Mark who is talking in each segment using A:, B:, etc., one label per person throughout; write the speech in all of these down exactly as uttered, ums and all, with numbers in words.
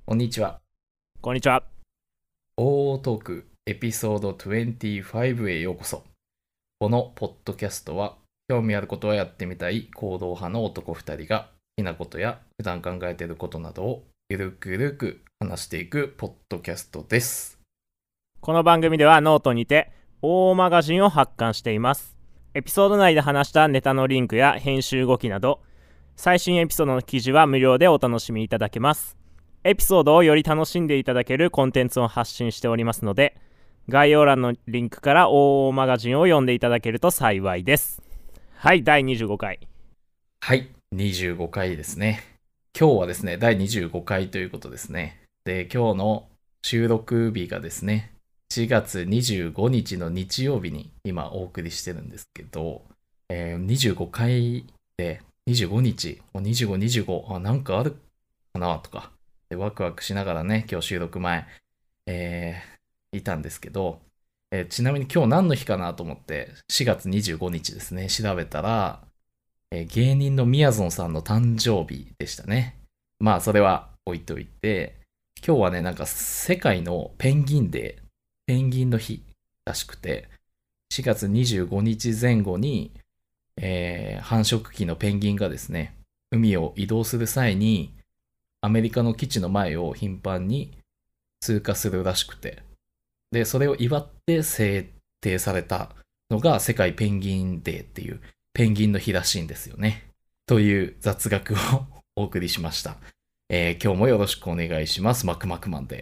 A: こんにちは。
B: こんにちは。
A: オートークエピソードにじゅうごへようこそ。このポッドキャストは、興味あることはやってみたい行動派の男ふたりが、好きなことや普段考えていることなどをゆるくゆるく話していくポッドキャストです。
B: この番組ではノートにて大マガジンを発刊しています。エピソード内で話したネタのリンクや編集動きなど、最新エピソードの記事は無料でお楽しみいただけます。エピソードをより楽しんでいただけるコンテンツを発信しておりますので、概要欄のリンクから大マガジンを読んでいただけると幸いです。はい、だいにじゅうごかい。
A: はい、にじゅうごかいですね。今日はですね、だいにじゅうごかいということですね。で、今日の収録日がですね、しがつにじゅうごにちの日曜日に今お送りしてるんですけど、えー、にじゅうごかいでにじゅうごにち、にじゅうご、にじゅうご、あ、なんかあるかなとか、でワクワクしながらね、今日収録前、えー、いたんですけど、えーちなみに今日何の日かなと思って、しがつにじゅうごにちですね、調べたら、えー芸人のみやぞんさんの誕生日でしたね。まあ、それは置いといて、今日はね、なんか世界のペンギンデー、ペンギンの日らしくて、しがつにじゅうごにちぜん後に、えー繁殖期のペンギンがですね、海を移動する際に、アメリカの基地の前を頻繁に通過するらしくて、で、それを祝って制定されたのが世界ペンギンデーっていうペンギンの日らしいんですよね。という雑学をお送りしました。えー今日もよろしくお願いします。マクマクマンです。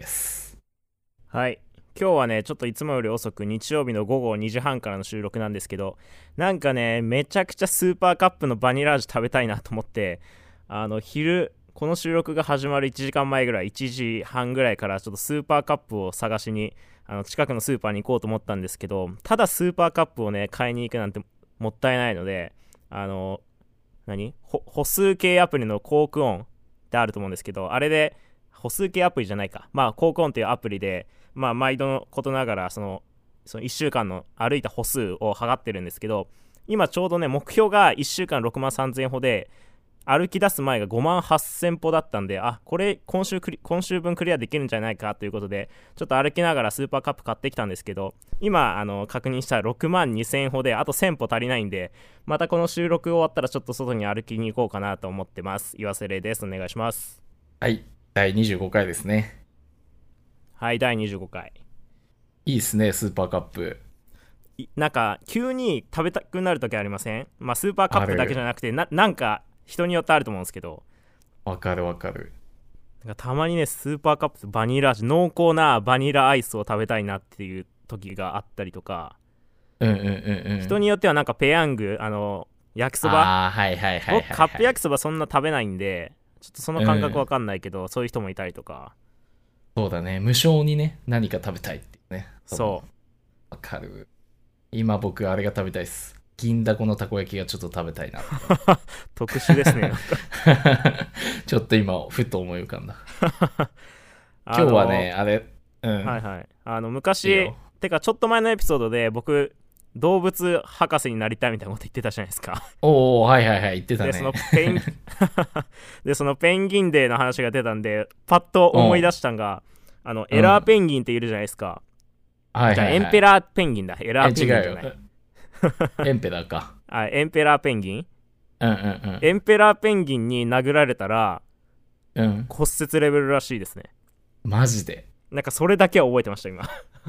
B: はい。今日はね、ちょっといつもより遅く日曜日の午後にじはんからの収録なんですけど、なんかね、めちゃくちゃスーパーカップのバニラ味食べたいなと思って、あの、昼、この収録が始まるいちじかんまえぐらい、いちじはんぐらいからちょっとスーパーカップを探しに、あの、近くのスーパーに行こうと思ったんですけど、ただスーパーカップをね、買いに行くなんてもったいないので、あの、何ほ歩数計アプリのコークオンってあると思うんですけど、あれで、歩数計アプリじゃないか。まあ、コークオンっていうアプリで、まあ、毎度のことながら、その、そのいっしゅうかんの歩いた歩数を測ってるんですけど、今ちょうどね、目標がいっしゅうかんろくまんさんぜん歩で、歩き出す前がごまんはっせん歩だったんで、あ、これ今週クリ、今週分クリアできるんじゃないかということで、ちょっと歩きながらスーパーカップ買ってきたんですけど、今、あの、確認したらろくまんにせん歩で、あとせん歩足りないんで、またこの収録終わったらちょっと外に歩きに行こうかなと思ってます。岩瀬礼です。お願いします。
A: はい。だいにじゅうごかいですね。
B: はい、だいにじゅうごかい。
A: いいっすね、スーパーカップ。
B: なんか急に食べたくなる時ありません？まあスーパーカップだけじゃ
A: ある。
B: なくて、ななんか人によってあると思うんですけど、
A: わかるわかる。
B: なんかたまにね、スーパーカップバニラ味、濃厚なバニラアイスを食べたいなっていう時があったりとか、
A: うんうんうんうん。
B: 人によってはなんかペヤング、あの焼きそば、
A: あー、はいはいはい
B: 僕
A: はいはい。
B: カップ焼きそばそんな食べないんで、ちょっとその
A: うん。
B: 感覚わかんないけど、そういう人もいたりとか。
A: そうだね。無償にね、何か食べたいっていうね。その、
B: そう
A: わかる。今僕あれが食べたいです。銀だこのたこ焼きがちょっと食べたいなって。
B: 特殊ですね。なんか
A: ちょっと今、ふと思い浮かんだ。
B: あの
A: 今日はね、あれ、うん、
B: はいはい。あの昔
A: いいよ。
B: てかちょっと前のエピソードで僕動物博士になりたいみたいなこと言ってたじゃないですか。
A: おー、はいはいはい、言ってた
B: でその
A: ね。
B: ペンでそのペンギンデーの話が出たんでパッと
A: うん、
B: 思い出したんが、あのエラー
A: うん。
B: ペンギンっているじゃないですか。
A: はい
B: じゃあエン
A: はいはい。
B: ペラーペンギンだ。エ
A: え、
B: ラーペン
A: 違うよ。
B: ギンじゃない。
A: エンペラーか。
B: あ、エンペラーペンギン。
A: うんうん
B: エンペラーペンギンに殴られたら
A: うん。うん。
B: 骨折レベルらしいですね。
A: マジで。
B: なんかそれだけは覚えてました今。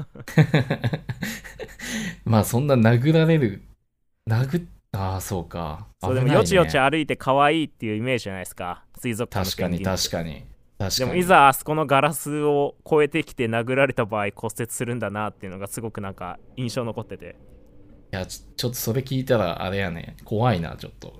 A: まあそんな殴られる、殴っ、ああ、そうか。危
B: そうでもよちよち
A: ないね。
B: 歩いて可愛いっていうイメージじゃないですか、水族館の
A: 確かに
B: ペンギンって。
A: 確かに。確
B: でもい
A: かに。
B: ざあそこのガラスを越えてきて殴られた場合骨折するんだなっていうのがすごくなんか印象残ってて。
A: いや、ちょ、ちょっとそれ聞いたらあれやね。怖いな、ちょっと。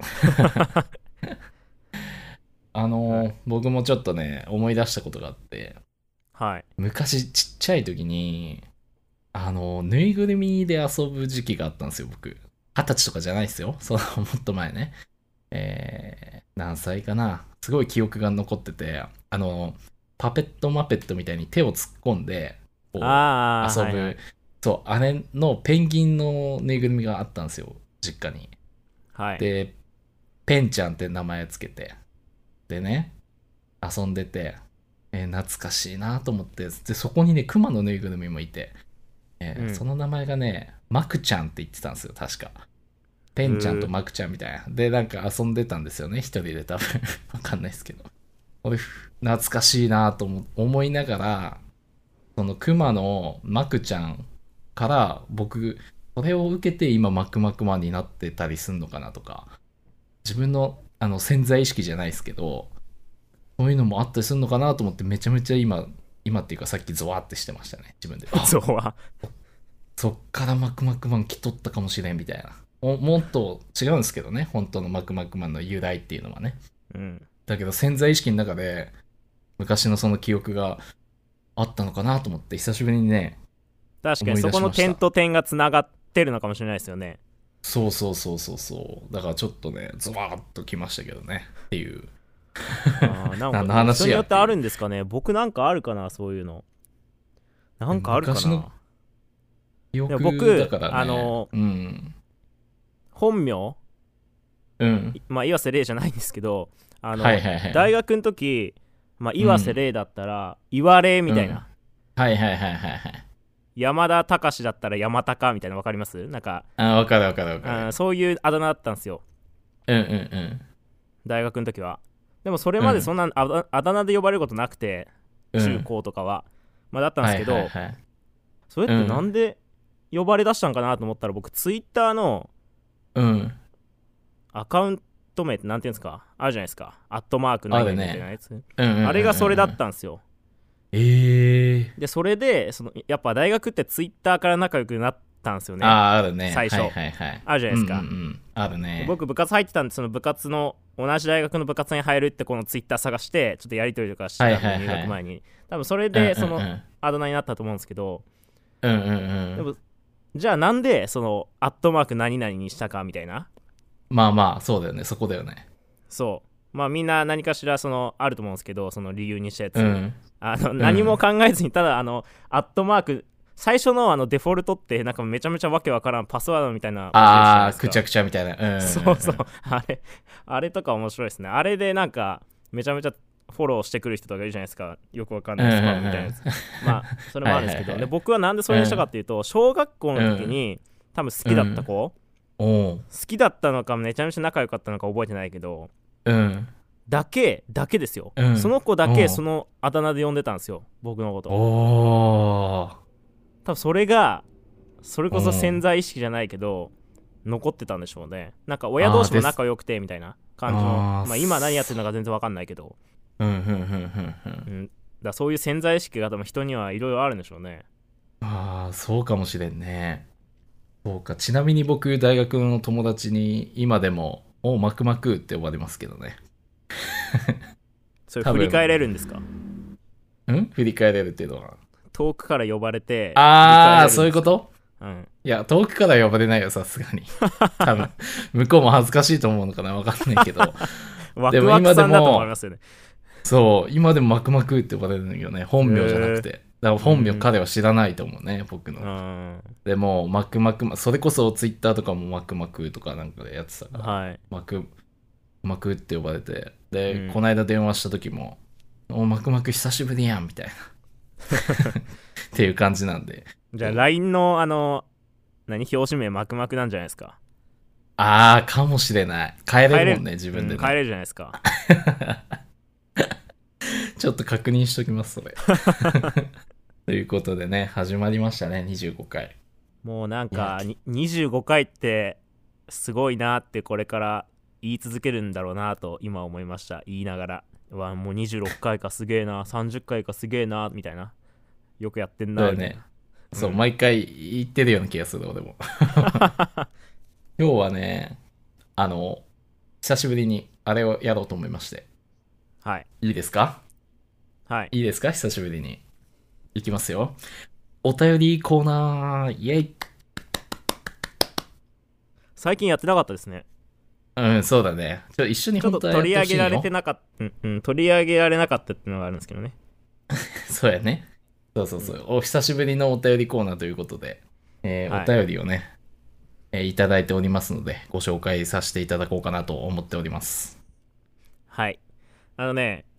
A: あ
B: はい。
A: のー僕もちょっとね、思い出したことがあって、
B: はい。
A: 昔ちっちゃい時に、あの、ぬいぐるみで遊ぶ時期があったんですよ、僕。二十歳とかじゃないですよ。その、もっと前ね。えー、何歳かな。すごい記憶が残ってて、あの、パペットマペットみたいに手を突っ込んで、こう、
B: ああ、
A: 遊ぶ。
B: はいはい。
A: そう、あれのペンギンのぬいぐるみがあったんですよ、実家に。
B: はい。
A: で、ペンちゃんって名前つけて。でね、遊んでて。 えー懐かしいなと思って、で、そこにね、熊のぬいぐるみもいて、えー
B: うん。
A: その名前がね、マクちゃんって言ってたんですよ、確か。ペンちゃんと
B: へえ。
A: マクちゃんみたいな。で、なんか遊んでたんですよね、一人で多分。わかんないですけど。俺、懐かしいなと思思いながら、その熊のマクちゃんから僕、それを受けて今マクマクマンになってたりすんのかなとか、自分のあの潜在意識じゃないですけど、そういうのもあったりするのかなと思ってめちゃめちゃ今、今っていうかさっきゾワーってしてましたね、自分で。あ、
B: そうは。
A: そっからマクマクマン来とったかもしれんみたいな。ももっと違うんですけどね、本当のマクマクマンの由来っていうのはね。
B: うん。
A: だけど潜在意識の中で昔のその記憶があったのかなと思って久しぶりにね、
B: 確かに
A: 思い
B: そこの
A: 出しました。
B: 点と点がつながってるのかもしれないですよね。
A: そうそうそうそうそう。だからちょっとね、ズワーッときましたけどね。っていう。
B: ああ、なんか
A: 何の
B: でも人によってある
A: 話やっていう。
B: んですかね。僕なんかあるかな、そういうの。なんかあるか
A: 昔の
B: な。
A: 記
B: でも僕、
A: 憶だからね。
B: あの、
A: うん。
B: 本名、
A: うん。
B: まあ、岩瀬礼じゃないんですけど、あ
A: はい
B: の、
A: はいはい。
B: 大学の時、まあ、岩瀬
A: うん。
B: 礼だったら、岩礼み
A: うん。
B: たいな。
A: はいはいはいはいはい。
B: 山田隆だったら山高みたいなの分かります？なんか、
A: あ、わかるわかるわかる。
B: あそういうあだ名だったんですよ。
A: うんうん
B: 大学の時は。でもそれ
A: うん。うん。
B: までそんなあだあだ名で呼ばれることなくて、中
A: うん。
B: 高とかは。まあ、だったんで
A: はいはい
B: すけど、
A: はい。
B: それってな
A: うん。
B: んで呼ばれ出したんかなと思ったら、僕、ツイッターの
A: うん。
B: アカウント名ってなんていうんですか、あるじゃないですか。アットマーク何々みたい
A: あるね。
B: なやつ。
A: うんうんうんうん
B: あれがそれだっ
A: うん。
B: たんですよ。
A: ええー。
B: で、それで、そのやっぱ大学ってツイッターから仲良くなったんですよね。
A: ああ、あるね。はい
B: 最初。
A: はいはい。
B: あるじゃない
A: うんうんう
B: ですか。
A: ん。あるね。
B: で僕、部活入ってたんで、その部活の、同じ大学の部活に入るってこのツイッター探して、ちょっとやり取りとかして
A: はい
B: たんで、入
A: はいはい。
B: 学前に。多分それ
A: うんうんう
B: で、その、
A: ん。
B: あだ名になったと思うんですけど、
A: うんうんうん。
B: でも、じゃあなんで、その、アットマーク何々にしたかみたいな。
A: まあまあ、そうだよね。そこだよね。
B: そう。まあみんな何かしら、その、あると思うんですけど、その理由にしたやつ。
A: うん。
B: あの、何も
A: うん。
B: 考えずに、ただ、あの、アットマーク、最初のあのデフォルトってなんかめちゃめちゃわけわからんパスワードみたいな文字じゃな
A: ああ、
B: いですか。
A: くちゃくちゃみたいな。うんうん
B: そうそう。
A: うん。
B: あれ、あれとか面白いですね。あれでなんか、めちゃめちゃフォローしてくる人とかいるじゃないですか。よくわかん
A: うんうんう
B: ないスパムみたいなや
A: ん。
B: つ。まあ、それも
A: は
B: あるんですけど。で、
A: いはいはい。
B: 僕はなんでそれにしたか
A: うん。
B: っていうと、小学校の時
A: うん。
B: に、多分好きだった
A: うん。
B: 子、
A: おう。
B: 好きだったのかめちゃめちゃ仲良かったのか覚えてないけど、
A: うん。
B: だけ、だけですよ。
A: うん。
B: その子だけ
A: おう。
B: そのあだ名で呼んでたんですよ。僕のこ
A: お
B: と。
A: ー。
B: 多分それが、それ
A: お
B: こそ潜
A: う。
B: 在意識じゃないけど、残ってたんでしょうね。なんか親同
A: ああ、
B: 士も
A: です。
B: 仲良くてみたいな感じの。
A: ああ、
B: まあ今何やってるの
A: す。
B: か全然わかんないけど。
A: うんうんうんうんうん。
B: うん。だそういう潜在意識が多分人にはいろいろあるんでしょうね。
A: ああ、そうかもしれんね。そうか。ちなみに僕、大学の友達に今でも、おう、マクマクって呼ばれますけどね。
B: それ振り返
A: 多分、
B: れるんですか？
A: ん振り返れるっていうのは。
B: 遠くから呼ばれて振り返
A: ああ、
B: れるんですか？
A: そういうこと。
B: うん。
A: いや、遠くから呼ばれないよ、さすがに。多分、向こうも恥ずかしいと思うのかな、わかんないけど。
B: ワクワク
A: でも今で
B: さんだと思い
A: も、
B: ますよね。
A: そう、今でもマクマクって呼ばれるんだけどね、
B: へ
A: 本名じゃなく
B: え。
A: て。だから
B: う
A: 本名
B: ん。
A: 彼は知らないと思うね、僕
B: う
A: の。
B: ん。
A: でも、マクマク、それこそツイッターとかもマクマクとかなんかでやってたから、
B: はい。
A: マク、マクって呼ばれて、で、こ
B: うん。
A: の間電話した時も、お、マクマク久しぶりやん、みたいな。っていう感じなんで。
B: じゃあ
A: そう。
B: ライン のあの、何表紙名マクマクなんじゃないですか？
A: あー、かもしれない。変えれ
B: 変えれる。
A: るもんね、自
B: うん、
A: 分でね。
B: 変えれるじゃないですか。
A: ちょっと確認しときます、それ。ということでね、始まりましたね、にじゅうごかい。
B: もうなん
A: いや、
B: かににじゅうごかいってすごいなってこれから言い続けるんだろうなと今思いました。言いながら。うわ、もうにじゅうろっかいかすげえな、さんじゅっかいかすげえな、みたいな。よくやってんな、みたいな。
A: そうだよね。そう、
B: うん。
A: 毎回言ってるような気がする、俺も。今日はね、あの、久しぶりにあれをやろうと思いまして。
B: はい。
A: いいですか？
B: はい。
A: いいですか？久しぶりに。いきますよ。お便りコーナー、イェイ。
B: 最近やってなかったですね。
A: うん、そうだね。ちょ一緒に
B: ちょっと
A: 本当はやってほ
B: 取り上げられて
A: しいよ。
B: なかった、うん、うん、取り上げられなかったっていうのがあるんですけどね。
A: そうやね。そうそう
B: うん。
A: そう。お久しぶりのお便りコーナーということで、えーお
B: はい。
A: 便りをね、えーいただいておりますので、ご紹介させていただこうかなと思っております。
B: はい。あのね、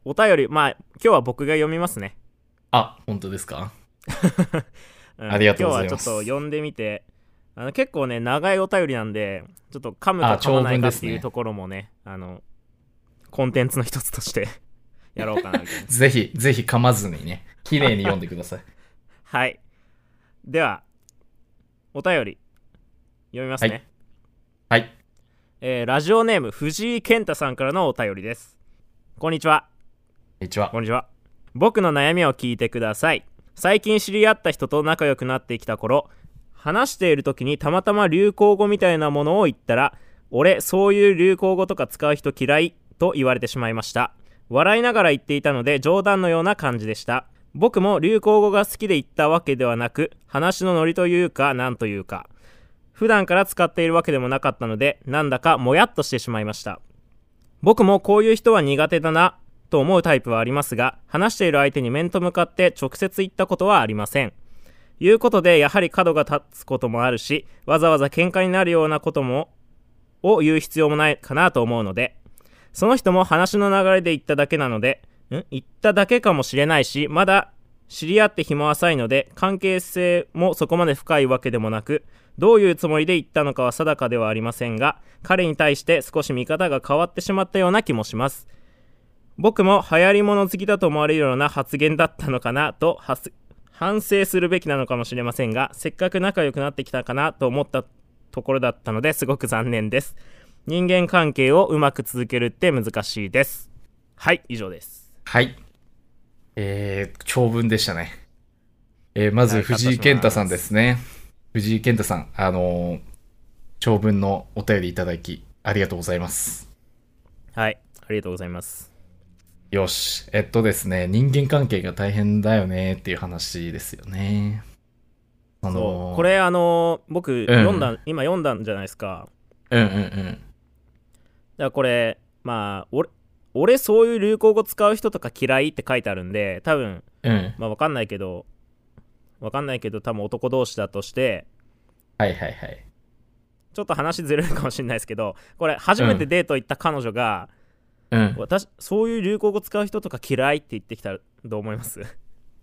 B: お便り、まあ、今日は僕が読みますね。
A: あ、本当ですか？
B: うん、
A: ありがとうございます。
B: 今日はちょっと読んでみて、あの結構ね、長いお便りなんで、ちょっと噛むか
A: あ、
B: 噛まない
A: 長文ですね。
B: かっていうところもね、あの、コンテンツの一つとしてやろうかなみたいな。
A: ぜひ、ぜひ噛まずにね、綺麗に読んでください。
B: はい。では、お便り、読みますね。
A: はい。はい。
B: えーラジオネーム、藤井健太さんからのお便りです。こんにちは。
A: こんにちは。
B: こんにちは。僕の悩みを聞いてください。最近知り合った人と仲良くなってきた頃、話している時にたまたま流行語みたいなものを言ったら、俺そういう流行語とか使う人嫌いと言われてしまいました。笑いながら言っていたので冗談のような感じでした。僕も流行語が好きで言ったわけではなく、話のノリというかなんというか、普段から使っているわけでもなかったので、なんだかもやっとしてしまいました。僕もこういう人は苦手だなと思うタイプはありますが、話している相手に面と向かって直接言ったことはありません。いうことでやはり角が立つこともあるし、わざわざ喧嘩になるようなこともを言う必要もないかなと思うので、その人も話の流れで言っただけなので、ん言っただけかもしれないし、まだ知り合って日も浅いので、関係性もそこまで深いわけでもなく、どういうつもりで言ったのかは定かではありませんが、彼に対して少し見方が変わってしまったような気もします。僕も流行り物好きだと思われるような発言だったのかなと反省するべきなのかもしれませんが、せっかく仲良くなってきたかなと思ったところだったのですごく残念です。人間関係をうまく続けるって難しいです。はい、以上です。
A: はい。えー、長文でしたね。えー、まず
B: はい
A: 藤井健太さんですね。藤井健太さん、あのー長文のお便りいただき、ありがとうございます。
B: はい、ありがとうございます。
A: よし。えっとですね、人間関係が大変だよねっていう話ですよね。あのー
B: そう、これあのー僕、
A: うん、
B: 読んだ、今読んだんじゃないですか。
A: うんうんうん。
B: だからこれ、まあ、俺、俺そういう流行語使う人とか嫌いって書いてあるんで、多分、
A: うん。
B: まあわかんないけど、わかんないけど、多分男同士だとして、
A: はいはいはい。
B: ちょっと話ずれるかもしれないですけど、これ初めてデート行った彼女が、
A: うん。
B: 私そういう流行語使う人とか嫌いって言ってきたらどう思います？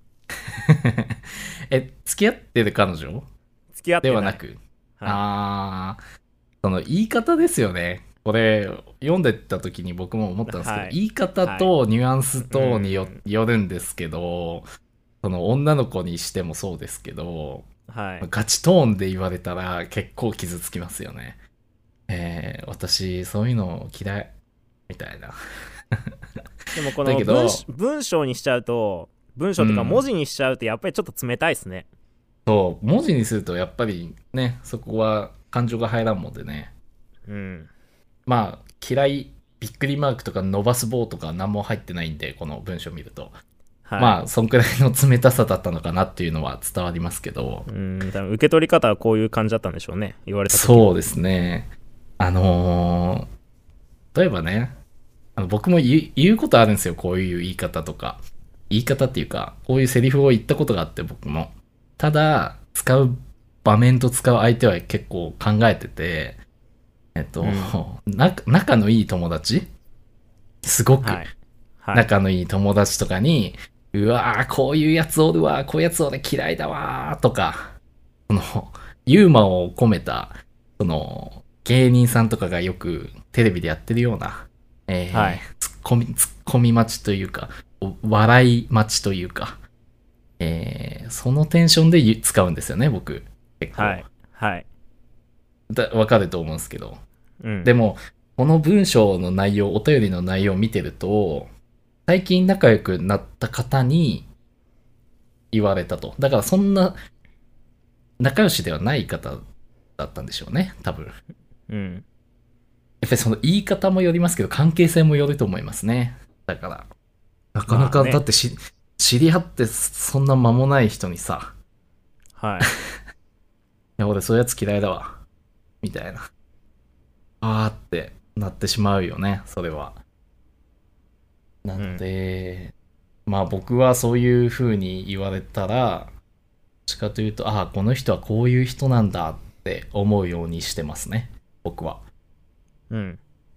A: え、付き合ってる彼女
B: 付き合ってない。
A: ではなく。
B: はい、
A: あー、その言い方ですよね。これ、読んでた時に僕も思ったんですけど、
B: はい、
A: 言い方
B: はい、
A: とニュアンス
B: う
A: とによ
B: ん、
A: よるんですけど、その女の子にしてもそうですけど、
B: はい。
A: ガチトーンで言われたら結構傷つきますよね。えー、私、そういうの嫌い。みたいな。
B: でもこ
A: だ
B: の文
A: けど、
B: 文章にしちゃうと、文章とか文
A: うん。
B: 字にしちゃうとやっぱりちょっと冷たいですね。
A: そう、文字にするとやっぱりね、そこは感情が入らんもんでね。
B: うん、
A: まあ、嫌い、びっくりマークとか伸ばす棒とか何も入ってないんで、この文章見ると。
B: はい。
A: まあ、そんくらいの冷たさだったのかなっていうのは伝わりますけど、
B: うん、多分受け取り方はこういう感じだったんでしょうね。言われた時の。
A: そうですね。あのー例えばね、あの僕も言う言うことあるんですよ、こういう言い方とか。言い方っていうか、こういうセリフを言ったことがあって僕も。ただ、使う場面と使う相手は結構考えてて、えっと、
B: うん、
A: な仲のいい友達すごく
B: はい、はい、
A: 仲のいい友達とかに、うわー、こういうやつおるわー、こういうやつ俺嫌いだわーとか、その、ユーモアを込めた、その、芸人さんとかがよくテレビでやってるような、
B: はい、
A: えー、ツッコミ、ツッコミ待ちというか、笑い待ちというか、えー、そのテンションでゆ使うんですよね、僕。結構。
B: はい、はい。
A: だわかると思うんですけど。
B: うん、
A: でも、この文章の内容、お便りの内容を見てると、最近仲良くなった方に言われたと。だからそんな仲良しではない方だったんでしょうね、多分。やっ
B: うん。
A: ぱりその言い方もよりますけど、関係性もよると思いますね。だから、なかなか、だっ
B: まあね。
A: てし知り合ってそんな間もない人にさ、
B: はい。
A: いや、俺そういうやつ嫌いだわ。みたいな。あーってなってしまうよね、それは。なの
B: うん。
A: で、まあ僕はそういう風に言われたら、どっちかというと、ああ、この人はこういう人なんだって思うようにしてますね。僕は。
B: うん。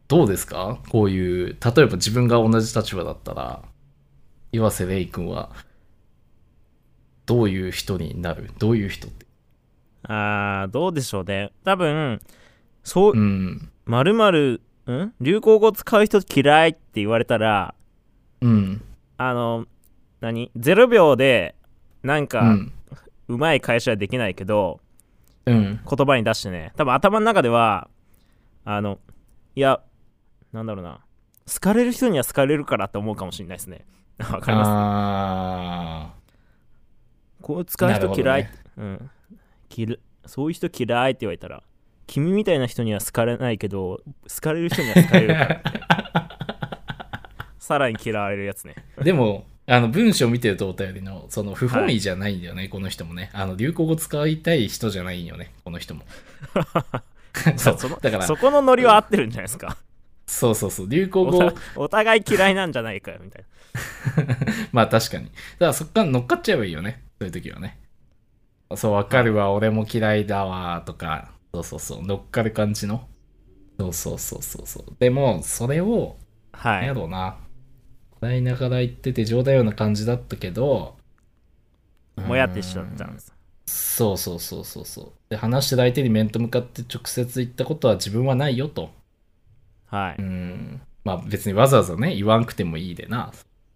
A: どうですかこういう、例えば自分が同じ立場だったら、岩瀬レイ君はどういう人になる？どういう人って。
B: あー、どうでしょうね。多分、そう、
A: うん。
B: まるまる、ん流行語使う人嫌いって言われたら、
A: うん。
B: あの、何 ?ゼロ 秒で、なんか、
A: うん。
B: うまい会社はできないけど、
A: うん。
B: 言葉に出してね、多分頭の中では、あの、いや、なんだろうな、好かれる人には好かれるからって思うかもしれないですね。わかります？
A: あ
B: こう使
A: ー、
B: う
A: なる
B: 人嫌い、
A: ほどね。
B: うん、嫌そういう人嫌いって言われたら、君みたいな人には好かれないけど、好かれる人には好かれるからって、さらに嫌われるやつね。
A: でも、あの文章を見てるとお便りの、その不
B: はい。
A: 本意じゃないんだよね、この人もね。あの流行語使いたい人じゃないんよね、この人も。そう。
B: じゃあその、
A: だから、
B: そこのノリは合ってるんじゃないですか。
A: そうそうそう、流行
B: おた
A: 語、
B: お互い嫌いなんじゃないかよみたい
A: まあ確かに。だからそっから乗っかっちゃえばいいよね、そういう時はね。そう、わ
B: な。はい。
A: かるわ、俺も嫌いだわ、とか、そうそうそう、乗っかる感じの。そうそうそうそうそう。でも、それを、なんや
B: はい。
A: ろうな。笑いながら言ってて冗談ような感じだったけど、うー
B: もやってしちゃったんで
A: ん、
B: す。
A: そうそうそうそうそう。で、話してる相手に面と向かって直接言ったことは自分はないよと。うー
B: はい。
A: ん。まあ別にわざわざね、言わんくてもいいでな。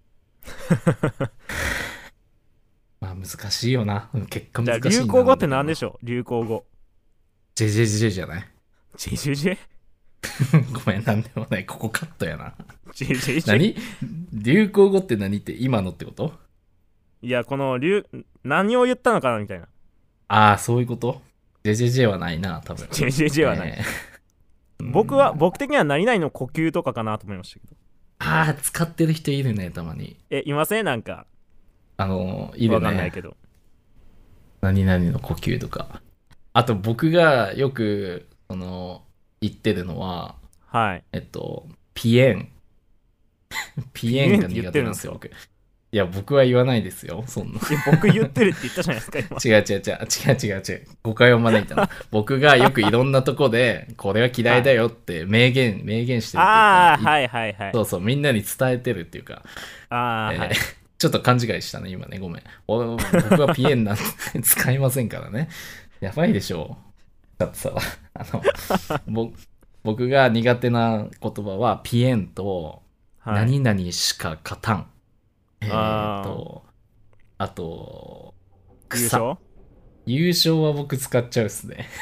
A: まあ難しいよな。うん結果
B: じゃあ、
A: 難しいな、
B: 流行語って
A: なんだけどな。
B: 何でしょう？流行語。
A: ジェジェジェじゃない？
B: ジェジェジェ
A: ごめん、なんでもない。ここカットやな。
B: ジェジェジェ
A: 何？流行語って何って今のってこと？
B: いや、この流、何を言ったのかなみたいな。
A: ああ、そういうこと？ ジェジェジェ はないな、多分。
B: ジェジェジェはない。
A: えー、うー
B: 僕は、
A: ん。
B: 僕的には何々の呼吸とかかなと思いましたけど。
A: ああ、使ってる人いるね、たまに。
B: え、いませんなんか、
A: あの、いる
B: わかんない
A: ね。
B: けど。
A: 何々の呼吸とか。あと僕がよく、その、言ってるのは、
B: はい。
A: えっと、ピエン。ピエンが
B: ピエンって言っ
A: 苦手なんですよ、
B: てるんですか？
A: 僕。いや、僕は言わないですよ、そんな。
B: いや、僕言ってるって言ったじゃないですか、今。
A: 違う違う違う、違う違う違う。誤解を招いたな。僕がよくいろんなとこで、これは嫌いだ
B: はい。
A: よって明言、明言してるっていうか、
B: ああ、
A: い
B: はいはいはい。
A: そうそう、みんなに伝えてるっていうか、
B: ああ、は
A: えー
B: い。
A: ちょっと勘違いしたね、今ね、ごめん。お僕はピエンなんて使いませんからね。やばいでしょ。だってさ、あの、ぼ僕が苦手な言葉は、ピエンと、
B: はい。
A: 何々しか勝たん。えーっ
B: ああ、
A: と、あと、草。
B: 優勝
A: 優勝は僕使っちゃうっすね。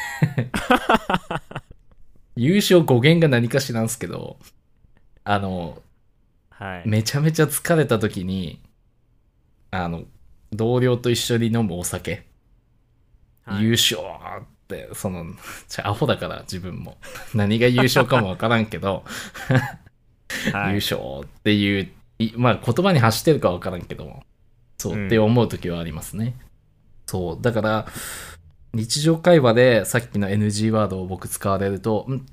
A: 優勝語源が何か知らんすけど、あの、
B: はい。
A: めちゃめちゃ疲れた時に、あの、同僚と一緒に飲むお酒、
B: はい。
A: 優勝って、その、ちゃアホだから自分も。何が優勝かもわからんけど、優
B: はい。
A: 勝っていう、いまあ言葉に発してるかわからんけど、そうって
B: うん。
A: 思う時はありますね。そう。だから、日常会話でさっきの エヌジー ワードを僕使われると、んって、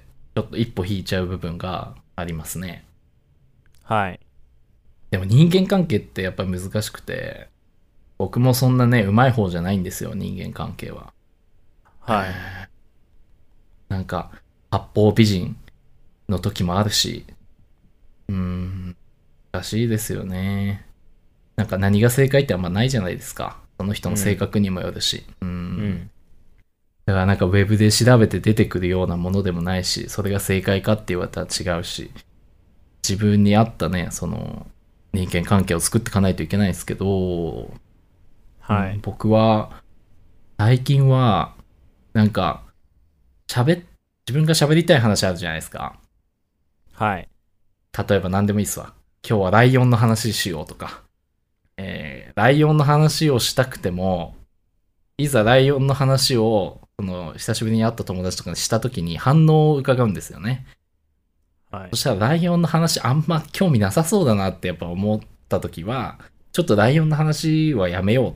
A: ちょっと一歩引いちゃう部分がありますね。
B: はい。
A: でも人間関係ってやっぱり難しくて、僕もそんなね、うまい方じゃないんですよ、人間関係は。
B: はい。
A: なんか、八方美人の時もあるし、うーん、難しいですよね。なんか何が正解ってあんまないじゃないですか。その人の性
B: うん。
A: 格にもよるし。うーん。
B: うん。
A: だからなんかウェブで調べて出てくるようなものでもないし、それが正解かって言われたら違うし、自分に合ったね、その人間関係を作っていかないといけないですけど、うん、
B: はい。
A: 僕は最近はなんか喋っ、自分が喋りたい話あるじゃないですか。
B: はい。
A: 例えば何でもいいっすわ。今日はライオンの話しようとか、えー、ライオンの話をしたくても、いざライオンの話を、その、久しぶりに会った友達とかにした時に反応を伺うんですよね。
B: はい。
A: そしたらライオンの話あんま興味なさそうだなってやっぱ思った時は、ちょっとライオンの話はやめようって。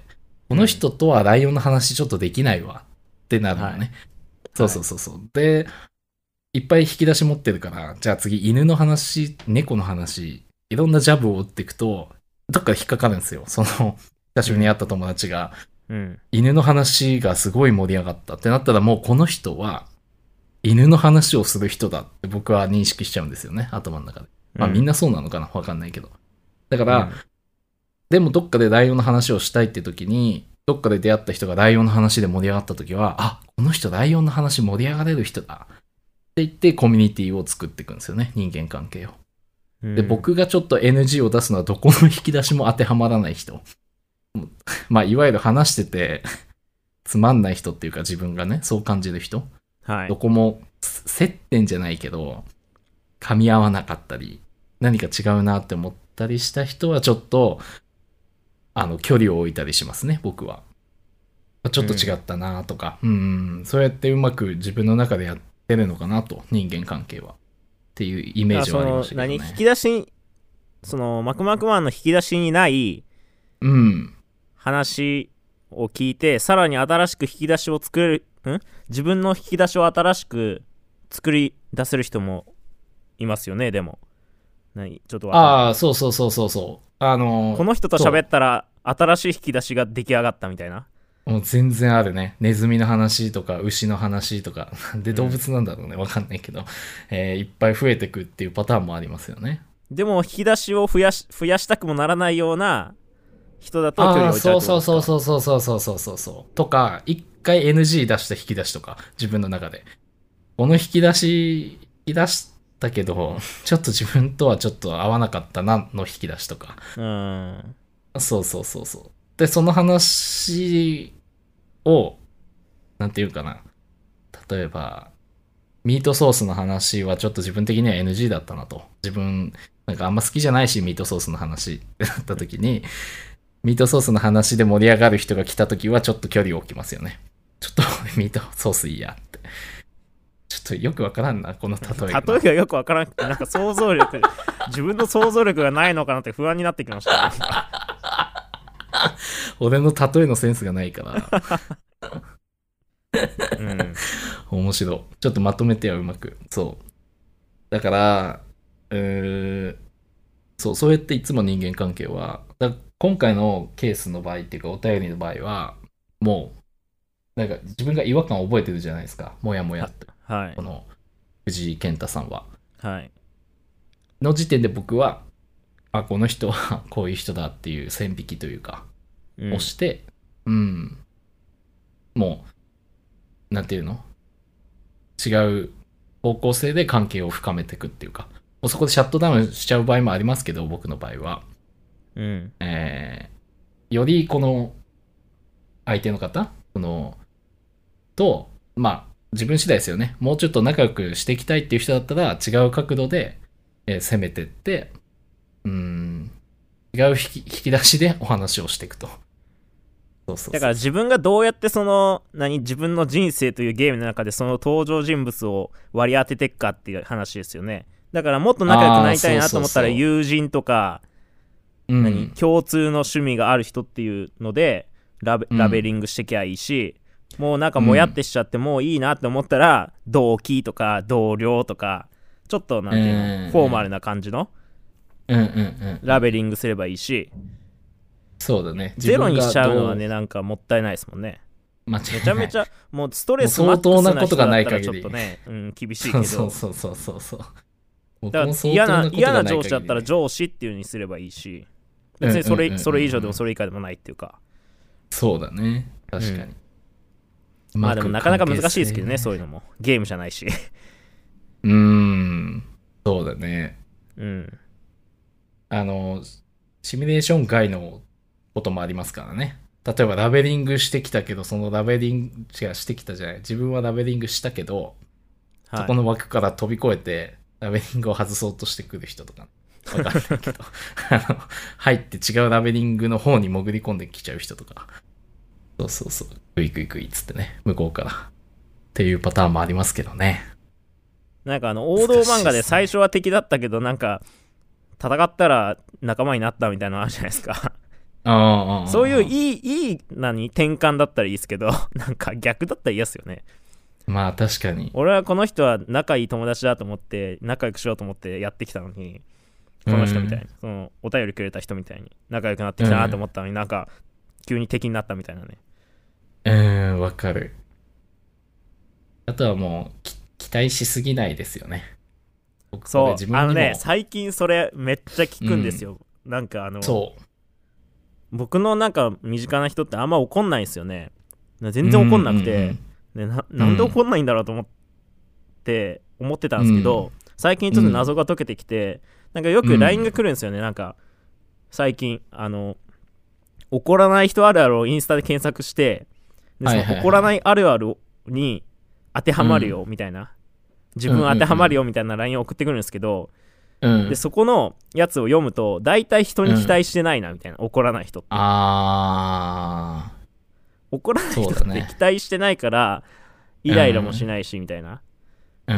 A: この
B: うん。
A: 人とはライオンの話ちょっとできないわってなるの
B: はい。
A: ね。そう
B: はい。
A: そうそうそう。で、いっぱい引き出し持ってるから、じゃあ次犬の話、猫の話、いろんなジャブを打っていくと、どっかで引っかかるんですよ。その、久しぶりに会
B: うん。
A: った友達が、
B: うん。
A: 犬の話がすごい盛り上がったってなったらもうこの人は犬の話をする人だって僕は認識しちゃうんですよね、頭の中で。まあみんなそうなのかな、わかんないけど。だから、うん、でもどっかでライオンの話をしたいって時に、どっかで出会った人がライオンの話で盛り上がった時は、あ、この人ライオンの話盛り上がれる人だって言ってコミュニティを作っていくんですよね、人間関係を。で、僕がちょっと エヌジー を出すのはどこの引き出しも当てはまらない人。まあ、いわゆる話しててつまんない人っていうか自分がね、そう感じる人。はい。どこも接点じゃないけど、噛み合わなかったり、何か違うなって思ったりした人はちょっと、あの、距離を置いたりしますね、僕は。ちょっと違ったなとか、うん、うん、そうやってうまく自分の中でやってるのかなと、人間関係は。っていうイメージはありましたけどね。
B: 何引き出しにそのマクマクマンの引き出しにない話を聞いて、さらに新しく引き出しを作れる、ん自分の引き出しを新しく作り出せる人もいますよね。でも何ちょっとわかんない。
A: ああ、そうそうそうそうそうあのー、
B: この人と喋ったら新しい引き出しが出来上がったみたいな。
A: もう全然あるね。ネズミの話とか牛の話とかで動物なんだろうね、わかんないけど、えー、いっぱい増えてくっていうパターンもありますよね。
B: でも引き出しを増やし増やしたくもならないような人だと距離を置いちゃうってことですか。
A: そうそうそうそうそうそうそうそうとか、一回 エヌジー 出した引き出しとか、自分の中でこの引き出し引き出したけどちょっと自分とはちょっと合わなかったなの引き出しとか、うん、そうそうそうそうで、その話をなんていうかな、例えばミートソースの話はちょっと自分的には エヌジー だったなと。自分なんかあんま好きじゃないし、ミートソースの話ってなった時に、ミートソースの話で盛り上がる人が来た時はちょっと距離を置きますよね。ちょっとミートソースいいやって。ちょっとよくわからんな、この例え。
B: 例えがよくわからんくて、なんか想像力、自分の想像力がないのかなって不安になってきました、ね。
A: 俺の例えのセンスがないから。うん、面白い。ちょっとまとめてよ、うまく。そう。だから、うーそう、そうやっていつも人間関係は、だ今回のケースの場合っていうか、お便りの場合は、もう、なんか自分が違和感を覚えてるじゃないですか。もやもやって。はい。この、藤井健太さんは。はい。の時点で僕は、あ、この人はこういう人だっていう線引きというか、うん、をして、うん。もう、なんていうの違う方向性で関係を深めていくっていうか、もうそこでシャットダウンしちゃう場合もありますけど、僕の場合は。うん。えー、よりこの、相手の方その、と、まあ、自分次第ですよね。もうちょっと仲良くしていきたいっていう人だったら、違う角度で、えー、攻めてって、うん、違う引き引き出しでお話をしていくと。
B: そうそうそう、だから自分がどうやってその何自分の人生というゲームの中でその登場人物を割り当てていくかっていう話ですよね。だからもっと仲良くなりたいなと思ったら友人とか、うん、何共通の趣味がある人っていうのでラベ、ラベリングしてきゃいいし、うん、もうなんかもやってしちゃってもういいなって思ったら、うん、同期とか同僚とかちょっとなんていうの、えー、フォーマルな感じのラベリングすればいいし、
A: そうだね。
B: ゼロにしちゃうのはね、なんかもったいないですもんね。めちゃめちゃ、もうストレスマックスな人だったらちょっとね、うん、厳しいけど。
A: そうそうそうそうそう。
B: だから嫌な、嫌な上司だったら上司っていう風にすればいいし、別にそれ、それ以上でもそれ以下でもないっていうか。
A: そうだね。確かに。
B: うん、まあでもなかなか難しいですけどね、そういうのも。ゲームじゃないし。
A: うーん、そうだね。うん。あの、シミュレーション外のこともありますからね。例えばラベリングしてきたけど、そのラベリング、違う、してきたじゃない。自分はラベリングしたけど、はい、そこの枠から飛び越えて、ラベリングを外そうとしてくる人とか、わかんないけど、あの、入って違うラベリングの方に潜り込んできちゃう人とか、そうそうそう、グイグイグイっつってね、向こうから。っていうパターンもありますけどね。
B: なんかあの、王道漫画で最初は敵だったけど、なんか、戦ったら仲間になったみたいなのあるじゃないですか。あそういういい、いい、何転換だったらいいですけど、なんか逆だったら嫌ですよね。
A: まあ確かに。
B: 俺はこの人は仲いい友達だと思って、仲良くしようと思ってやってきたのに、この人みたいに、うん、そのお便りくれた人みたいに仲良くなってきたなと思ったのに、うん、なんか急に敵になったみたいなね。
A: うん、わかる。あとはもう、期待しすぎないですよね。僕こ
B: そう、
A: れ自分にも
B: あのね、最近それめっちゃ聞くんですよ。うん、なんかあの、
A: そう。
B: 僕のなんか身近な人ってあんま怒んないんですよね。全然怒んなくて、うんうんうん、ね、な, なんで怒んないんだろうと思って思ってたんですけど、うん、最近ちょっと謎が解けてきて、なんかよく ライン が来るんですよね。なんか最近あの怒らない人あるあるをインスタで検索して、でその怒らないあるあるに当てはまるよみたいな、うん、自分当てはまるよみたいな ライン を送ってくるんですけど、うん、でそこのやつを読むと大体人に期待してないなみたいな、うん、怒らない人って、
A: あー
B: 怒らない人って期待してないからイライラもしないしみたいな、
A: うん、うん、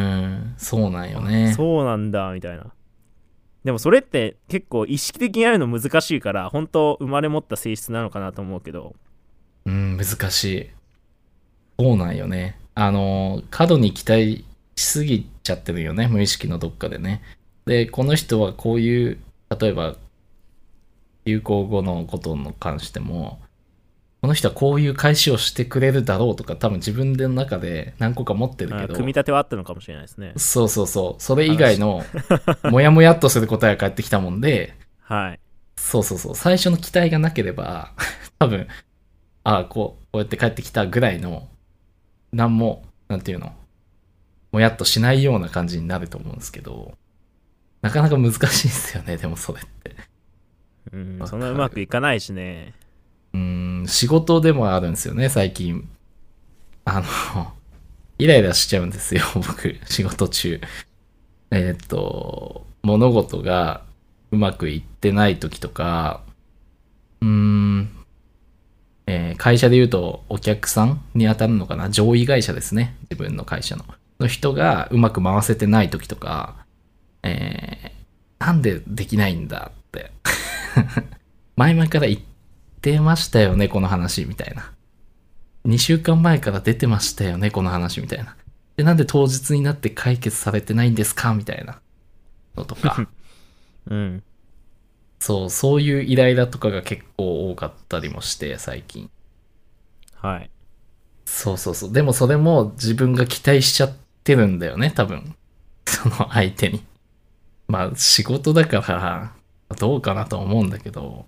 A: そうなんよね。
B: そうなんだみたいな。でもそれって結構意識的にやるの難しいから、本当生まれ持った性質なのかなと思うけど、
A: うん、難しい。そうなんよね。あの過度に期待しすぎちゃってるよね、無意識のどっかでね。でこの人はこういう、例えば流行語のことに関しても、この人はこういう返しをしてくれるだろうとか多分自分の中で何個か持ってるけど、
B: 組み立てはあったのかもしれないですね。
A: そうそうそう、それ以外のモヤモヤっとする答えが返ってきたもんで、
B: はい、
A: そうそうそう、最初の期待がなければ多分ああこうこうやって帰ってきたぐらいの、何もなんていうの、もやっとしないような感じになると思うんですけど、なかなか難しいですよね。でもそれって
B: うん、そんなうまくいかないしね。
A: うーん、仕事でもあるんですよね、最近。あの、イライラしちゃうんですよ、僕、仕事中。えっと、物事がうまくいってない時とか、うーん、えー会社で言うとお客さんに当たるのかな、上位会社ですね、自分の会社の。の人がうまく回せてない時とか、えー、なんでできないんだって。前々から言ってましたよね、この話、みたいな。にしゅうかんまえから出てましたよね、この話、みたいな。で、なんで当日になって解決されてないんですかみたいなのとか。
B: うん。
A: そう、そういうイライラとかが結構多かったりもして、最近。
B: はい。
A: そうそうそう。でもそれも自分が期待しちゃってるんだよね、多分。その相手に。まあ、仕事だから、どうかなと思うんだけど。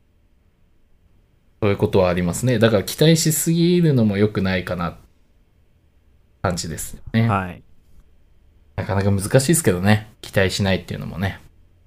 A: そういうことはありますね。だから期待しすぎるのも良くないかな感じですよね。
B: はい。
A: なかなか難しいですけどね。期待しないっていうのもね。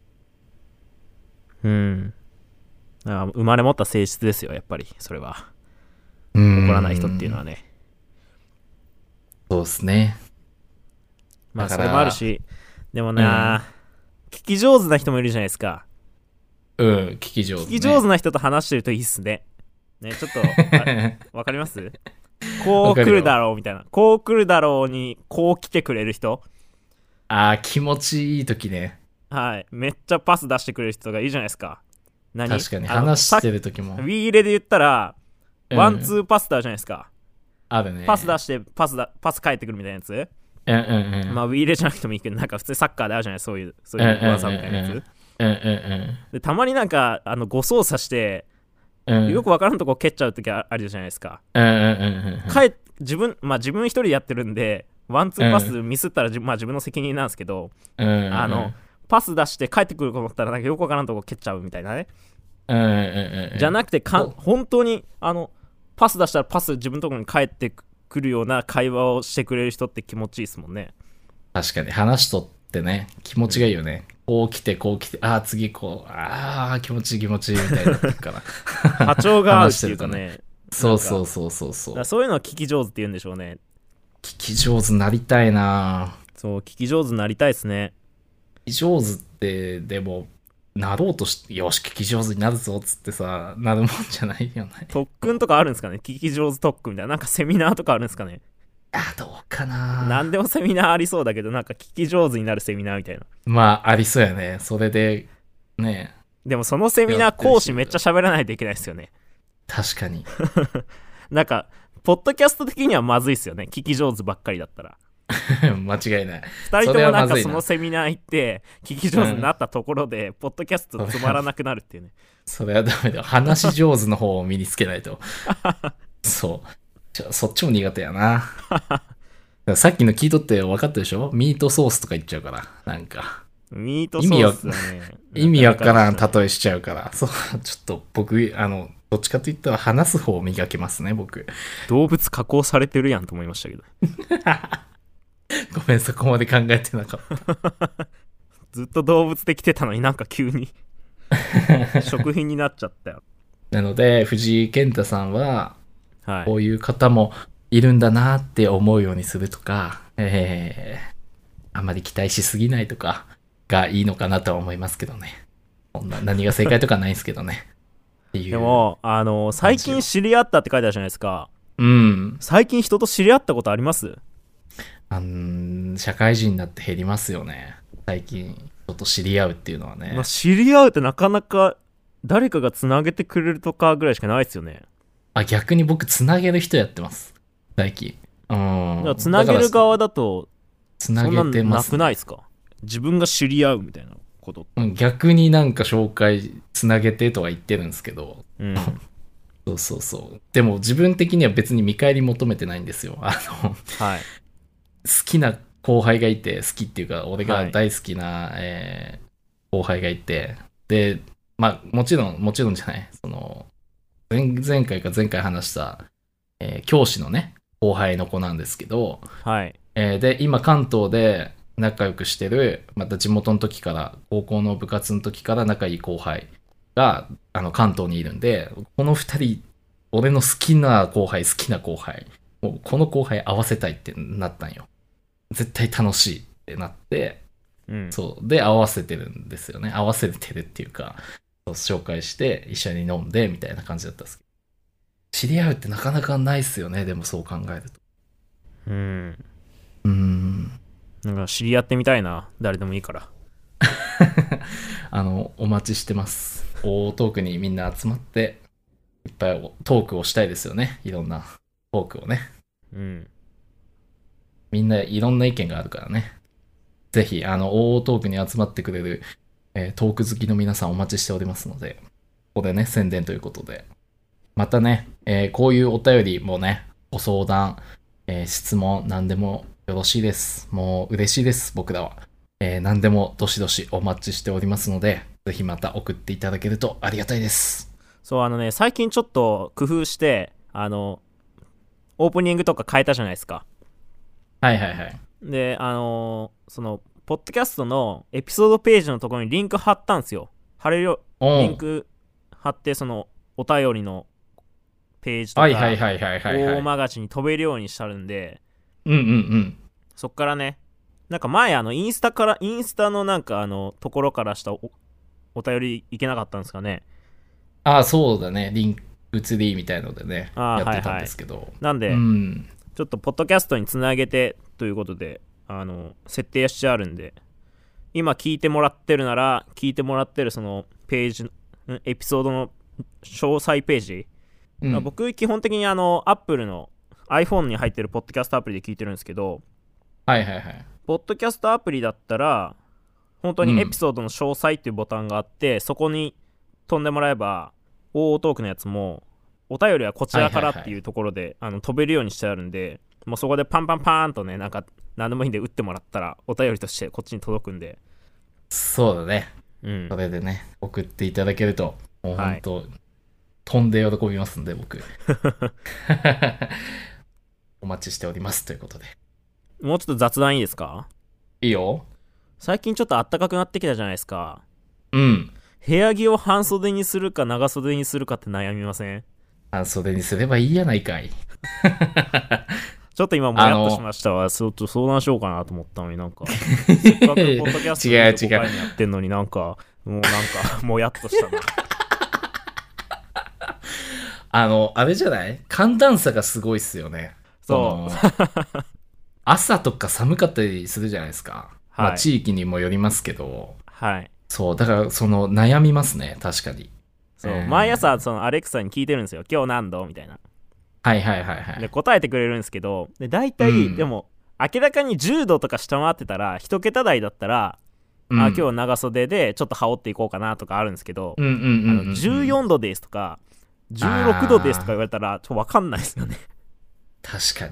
B: うん。あ、生まれ持った性質ですよ、やっぱり、それは。
A: うーん。
B: 怒らない人っていうのはね。
A: そうですね。
B: まあ、
A: だから
B: それもあるし、でもな、うん、聞き上手な人もいるじゃないですか。
A: うん、聞き上手、ね。
B: 聞き上手な人と話してるといいっすね。ね、ちょっと、わかります？こう来るだろうみたいな。こう来るだろうに、こう来てくれる人。
A: ああ、気持ちいい時ね。
B: はい。めっちゃパス出してくれる人がいいじゃないですか。何？
A: 確かに、話してる時も。
B: ウィーレで言ったら、
A: うん、
B: ワンツーパスタあるじゃないですか。
A: あるね。
B: パス出して、パスだ、パス返ってくるみたいなやつ。
A: うんうんうん。
B: まあ、ウィーレじゃなくてもいいけど、なんか普通にサッカーであるじゃない、そういう、そういう技みたいなやつ。
A: うんうんうん。
B: で、たまになんか、あの、誤操作して、うん、よくわからんとこ蹴っちゃう時あるじゃないですか。
A: うんうんうんうん。
B: かえ自分、まあ自分一人でやってるんで、ワンツーパスミスったら、うん、まあ自分の責任なんですけど、
A: うんうんうん、
B: あの、パス出して帰ってくると思ったら、なんかよくわからんとこ蹴っちゃうみたいなね。
A: うんうんうんうん、
B: じゃなくてか、本当に、あの、パス出したらパス自分のところに帰ってくるような会話をしてくれる人って気持ちいいですもんね。
A: 確かに、話しとってね、気持ちがいいよね。うん、こう来て、こう来て、ああ、次こう、ああ、気持ちいい気持ちいいみたいになってるから。
B: 波長が合うっていうかね。
A: そうそうそうそうそう。
B: そういうのは聞き上手って言うんでしょうね。
A: 聞き上手になりたいな。
B: そう、聞き上手になりたいですね。
A: 聞き上手って、でも、なろうとして、よし、聞き上手になるぞっつってさ、なるもんじゃないよね。
B: 特訓とかあるんですかね？聞き上手特訓みたいな。なんかセミナーとかあるんですかね？
A: あ、どうかな。
B: なんでもセミナーありそうだけど、なんか聞き上手になるセミナーみたいな。
A: まあ、ありそうやね。それで、ね。
B: でもそのセミナー講師めっちゃ喋らないといけないですよね。
A: 確かに。
B: なんか、ポッドキャスト的にはまずいっすよね。聞き上手ばっかりだったら。
A: 間違いない。
B: 二人ともなんかそのセミナー行って聞き上手になったところで、うん、ポッドキャストつまらなくなるっていうね。
A: それはダメだよ。話し上手の方を身につけないと。そう。そっちも苦手やな。 さっきの聞いとって分かったでしょ？ミートソースとか言っちゃうから。なんか。
B: ミートソースはね。
A: 意味わからん例えしちゃうから。そう、ちょっと僕、あの、どっちかと言ったら話す方を磨けますね、僕。
B: 動物加工されてるやんと思いましたけど。
A: ごめん、そこまで考えてなかった。
B: ずっと動物で来てたのになんか急に食品になっちゃったよ。
A: なので、藤井健太さんは、
B: はい、
A: こういう方もいるんだなって思うようにするとか、えー、あんまり期待しすぎないとかがいいのかなとは思いますけどね。そんな何が正解とかないんですけどね。っていう。
B: でも、あの、最近知り合ったって書いてあるじゃないですか。
A: うん。
B: 最近人と知り合ったことあります？
A: あん社会人になって減りますよね。最近人と知り合うっていうのはね。
B: まあ、知り合うってなかなか誰かがつなげてくれるとかぐらいしかないですよね。
A: あ、逆に僕つなげる人やってます。最近。うん。
B: だからつなげる側だと
A: つなげてます、ね。
B: そんななくないですか？自分が知り合うみたいなこと。
A: 逆になんか紹介つなげてとは言ってるんですけど。
B: うん。
A: そうそうそう。でも自分的には別に見返り求めてないんですよ。あの、
B: はい。
A: 好きな後輩がいて、好きっていうか、俺が大好きな、はい、えー、後輩がいて、で、まあ、もちろん、もちろんじゃない、その、前前回か前回話した、えー、教師のね、後輩の子なんですけど、
B: はい。
A: えー、で、今関東で仲良くしてる、また地元の時から、高校の部活の時から仲いい後輩が、あの、関東にいるんで、この二人、俺の好きな後輩、好きな後輩、もうこの後輩合わせたいってなったんよ。絶対楽しいってなって、
B: うん、
A: そうで合わせてるんですよね。合わせてるっていうか、そう紹介して一緒に飲んでみたいな感じだったんですけど、知り合うってなかなかないっすよね。でもそう考えると。
B: うん
A: うーん。
B: なんか知り合ってみたいな、誰でもいいから。
A: あのお待ちしてます。大トークにみんな集まっていっぱいトークをしたいですよね。いろんなトークをね。
B: うん。
A: みんないろんな意見があるからね。ぜひ、あの、大トークに集まってくれる、えー、トーク好きの皆さんお待ちしておりますので、ここでね、宣伝ということで。またね、えー、こういうお便りもね、ご相談、えー、質問、何でもよろしいです。もう嬉しいです、僕らは。えー、何でもどしどしお待ちしておりますので、ぜひまた送っていただけるとありがたいです。
B: そう、あのね、最近ちょっと工夫して、あの、オープニングとか変えたじゃないですか。
A: はいはいはい。
B: で、あのー、その、ポッドキャストのエピソードページのところにリンク貼ったんですよ。貼れるよ。リンク貼って、その、お便りのページとか、大間勝ちに飛べるようにしてあるんで、
A: うんうんうん。
B: そっからね、なんか前、あの、インスタから、インスタのなんか、あの、ところからした お, お便りいけなかったんですかね。
A: ああ、そうだね。リンクツリーみたいのでね、やってたんですけど。はいはい、
B: なんで、うん、ちょっとポッドキャストにつなげてということで、あの設定してあるんで、今聞いてもらってるなら聞いてもらってるそのページエピソードの詳細ページ、うん、僕基本的にあの Apple の iPhone に入ってるポッドキャストアプリで聞いてるんですけど、
A: はいはいはい、
B: ポッドキャストアプリだったら本当にエピソードの詳細っていうボタンがあって、うん、そこに飛んでもらえばオートークのやつもお便りはこちらからっていうところで、はいはいはい、あの飛べるようにしてあるんで、もうそこでパンパンパーンとね、なんか何でもいいんで打ってもらったらお便りとしてこっちに届くんで。
A: そうだね、うん、それでね送っていただけるともうほんと、はい、飛んで喜びますんで僕お待ちしておりますということで。
B: もうちょっと雑談いいですか？
A: いいよ。
B: 最近ちょっと暖かくなってきたじゃないですか。
A: うん。
B: 部屋着を半袖にするか長袖にするかって悩みません？
A: 半袖にすればいいやないかい
B: ちょっと今もやっとしましたわ。ちょっと相談しようかなと思ったのに、なんかせっかくポッドキャストでごかいにやってんのになんかもうなんかもやっとしたな
A: あのあれじゃない、寒暖差がすごいっすよね。
B: そう
A: 朝とか寒かったりするじゃないですか、はい、まあ地域にもよりますけど、
B: はい、
A: そうだからその悩みますね。確かに
B: そう、えー、毎朝そのアレクサに聞いてるんですよ。今日何度みたいな。
A: はいはいはいはい。
B: で答えてくれるんですけど、で大体、うん、でも明らかにじゅうどとか下回ってたら一桁台だったら、うん、あ今日長袖でちょっと羽織っていこうかなとかあるんですけど、じゅうよんどですとかじゅうろくどですとか言われたらちょっと分かんないですよね。
A: 確かに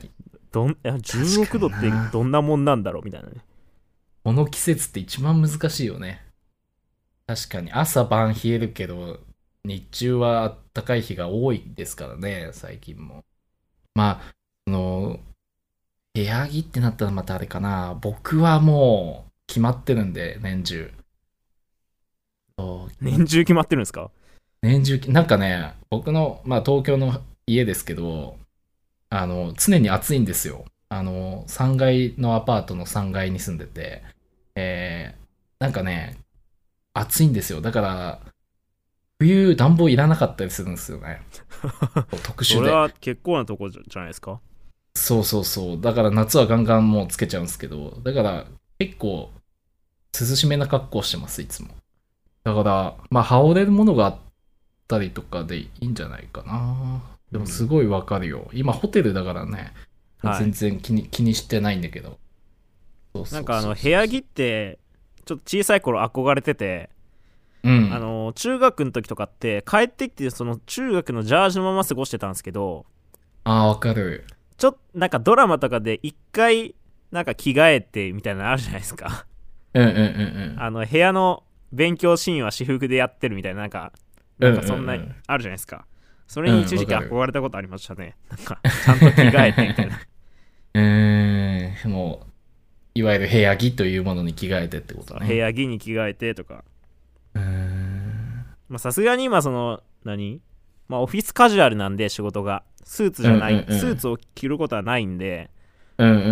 B: どんいやじゅうろくどってどんなもんなんだろうみたいなね。
A: この季節って一番難しいよね。確かに朝晩冷えるけど、日中は暖かい日が多いですからね、最近も。まあ、その、部屋着ってなったらまたあれかな。僕はもう決まってるんで、年中。そう
B: 年中決まってるんですか？
A: 年中、なんかね、僕の、まあ東京の家ですけど、あの、常に暑いんですよ。あの、さんがいのアパートのさんがいに住んでて、えー、なんかね、暑いんですよ。だから、冬暖房いらなかったりするんですよね。特殊で。
B: それは結構なとこじゃじゃないですか。
A: そうそうそう。だから夏はガンガンもうつけちゃうんですけど、だから結構涼しめな格好してます、いつも。だから、まあ、羽織れるものがあったりとかでいいんじゃないかな。でもすごいわかるよ。今ホテルだからね、
B: はい
A: 全然気に、気にしてないんだけど。そうそうそうそう
B: なんかあの部屋着ってちょっと小さい頃憧れてて、
A: うん。
B: あの中学の時とかって帰ってきてその中学のジャージのまま過ごしてたんですけど、
A: ああ、わかる。
B: ちょっとなんかドラマとかで一回なんか着替えてみたいなのあるじゃないですか。
A: うんうんうん
B: あの部屋の勉強シーンは私服でやってるみたいな、なんかなんかそんな
A: うんうんうん
B: あるじゃないですか。それに一時期
A: うんわかる
B: 憧れたことありましたね。なんかちゃんと着替えてみたいな。
A: うん。うーん、もう、いわゆる部屋着というものに着替えてってことね。
B: 部屋着に着替えてとか、
A: うーん。
B: まあさすがに今その何まあオフィスカジュアルなんで仕事がスーツじゃない、
A: うんうんうん
B: スーツを着ることはないんで、
A: うんうんうん。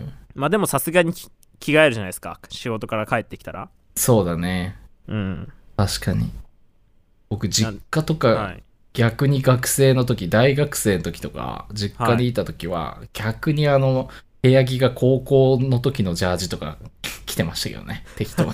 B: まあでもさすがにき着替えるじゃないですか、仕事から帰ってきたら。
A: そうだね。
B: うん
A: 確かに。僕、実家と
B: は
A: か、
B: い
A: 逆に学生の時、大学生の時とか、実家にいた時は、逆にあの、部屋着が高校の時のジャージとか着てましたけどね。適当に。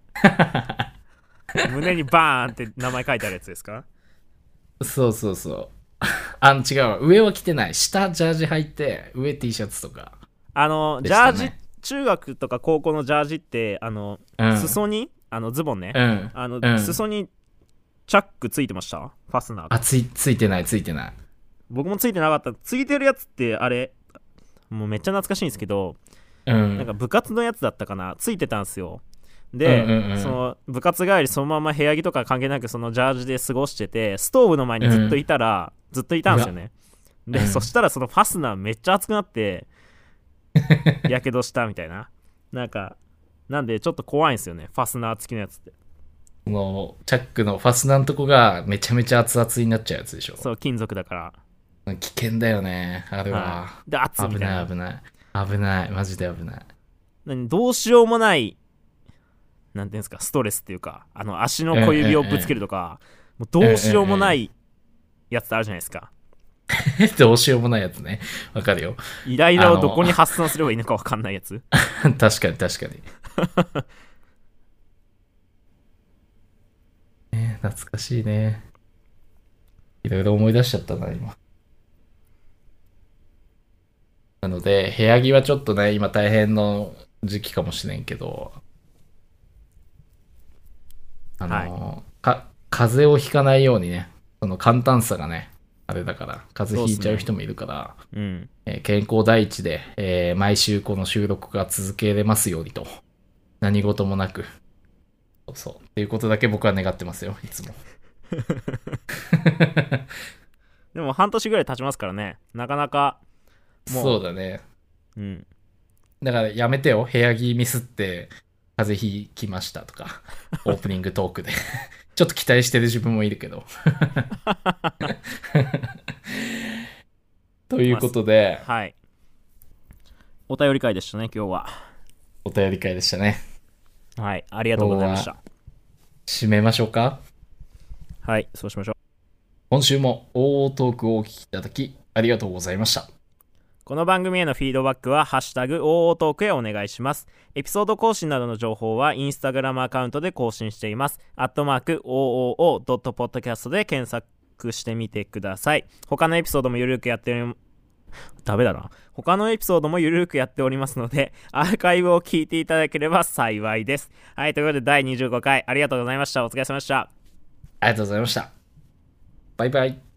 B: 胸にバーンって名前書いてあるやつですか？
A: そうそうそう。あの、違うわ。上は着てない。下ジャージ履いて、上 T シャツとか
B: あの
A: で
B: ジャージ、
A: したね。
B: 中学とか高校のジャージってあの、
A: うん。
B: 裾にあのズボンね、
A: うん。
B: あの、
A: うん。
B: 裾にチャックついてました？ファスナー
A: あ、
B: が。
A: つい、ついてない、ついてない。
B: 僕もついてなかった。ついてるやつってあれもうめっちゃ懐かしいんですけど、
A: うん。
B: なんか部活のやつだったかな、ついてたんですよ。で、
A: うんうんうん
B: その部活帰りそのまま部屋着とか関係なくそのジャージで過ごしてて、ストーブの前にずっといたら、うん、ずっといたんですよね。で、
A: うん、
B: そしたらそのファスナーめっちゃ熱くなってやけどしたみたいな。なんかなんでちょっと怖いんですよね、ファスナー付きのやつって。
A: このチャックのファスナーのとこがめちゃめちゃ熱々になっちゃうやつでしょ。
B: そう、金属だから。
A: 危険だよね、あれは。
B: はい、で熱いみ
A: 危
B: たいな。
A: ない危ない。危ない。マジで危ない。
B: 何どうしようもないなんていうんですか、ストレスっていうか、あの足の小指をぶつけるとか、もうどうしようもないやつってあるじゃないですか。
A: どうしようもないやつね。わかるよ。
B: イライラをどこに発散すればいいのか分かんないやつ。
A: 確かに確かに。ね、懐かしいね。いろいろ思い出しちゃったな、今。なので、部屋着はちょっとね、今大変の時期かもしれんけど、あの、はい、か、風邪をひかないようにね、その簡単さがね、あれだから、風邪ひいちゃう人もいるから、
B: う、ね、うん
A: えー、健康第一で、えー、毎週この収録が続けれますようにと、何事もなく、そうそう、っていうことだけ僕は願ってますよ、いつも。
B: でも半年ぐらい経ちますからね、なかなか
A: もう。そうだね。
B: うん。
A: だからやめてよ、部屋着ミスって風邪ひきましたとか、オープニングトークで。ちょっと期待してる自分もいるけど。ということで、
B: まあ、はい。お便り会でしたね、今日は。
A: お便り会でしたね。
B: はい、ありがとうございました。
A: 締めましょうか。
B: はい、そうしましょう。
A: 今週も大々トークをお聞きいただきありがとうございました。
B: この番組へのフィードバックはハッシュタグ オーオー トークへお願いします。エピソード更新などの情報はインスタグラムアカウントで更新しています。アットマーク オーオーオー ドットポッドキャストで検索してみてください。他のエピソードもゆるくやっておりダメだな。他のエピソードもゆるくやっておりますので、アーカイブを聞いていただければ幸いです。はい、ということでだいにじゅうごかいありがとうございました。お疲れ様でした。
A: ありがとうございました。バイバイ。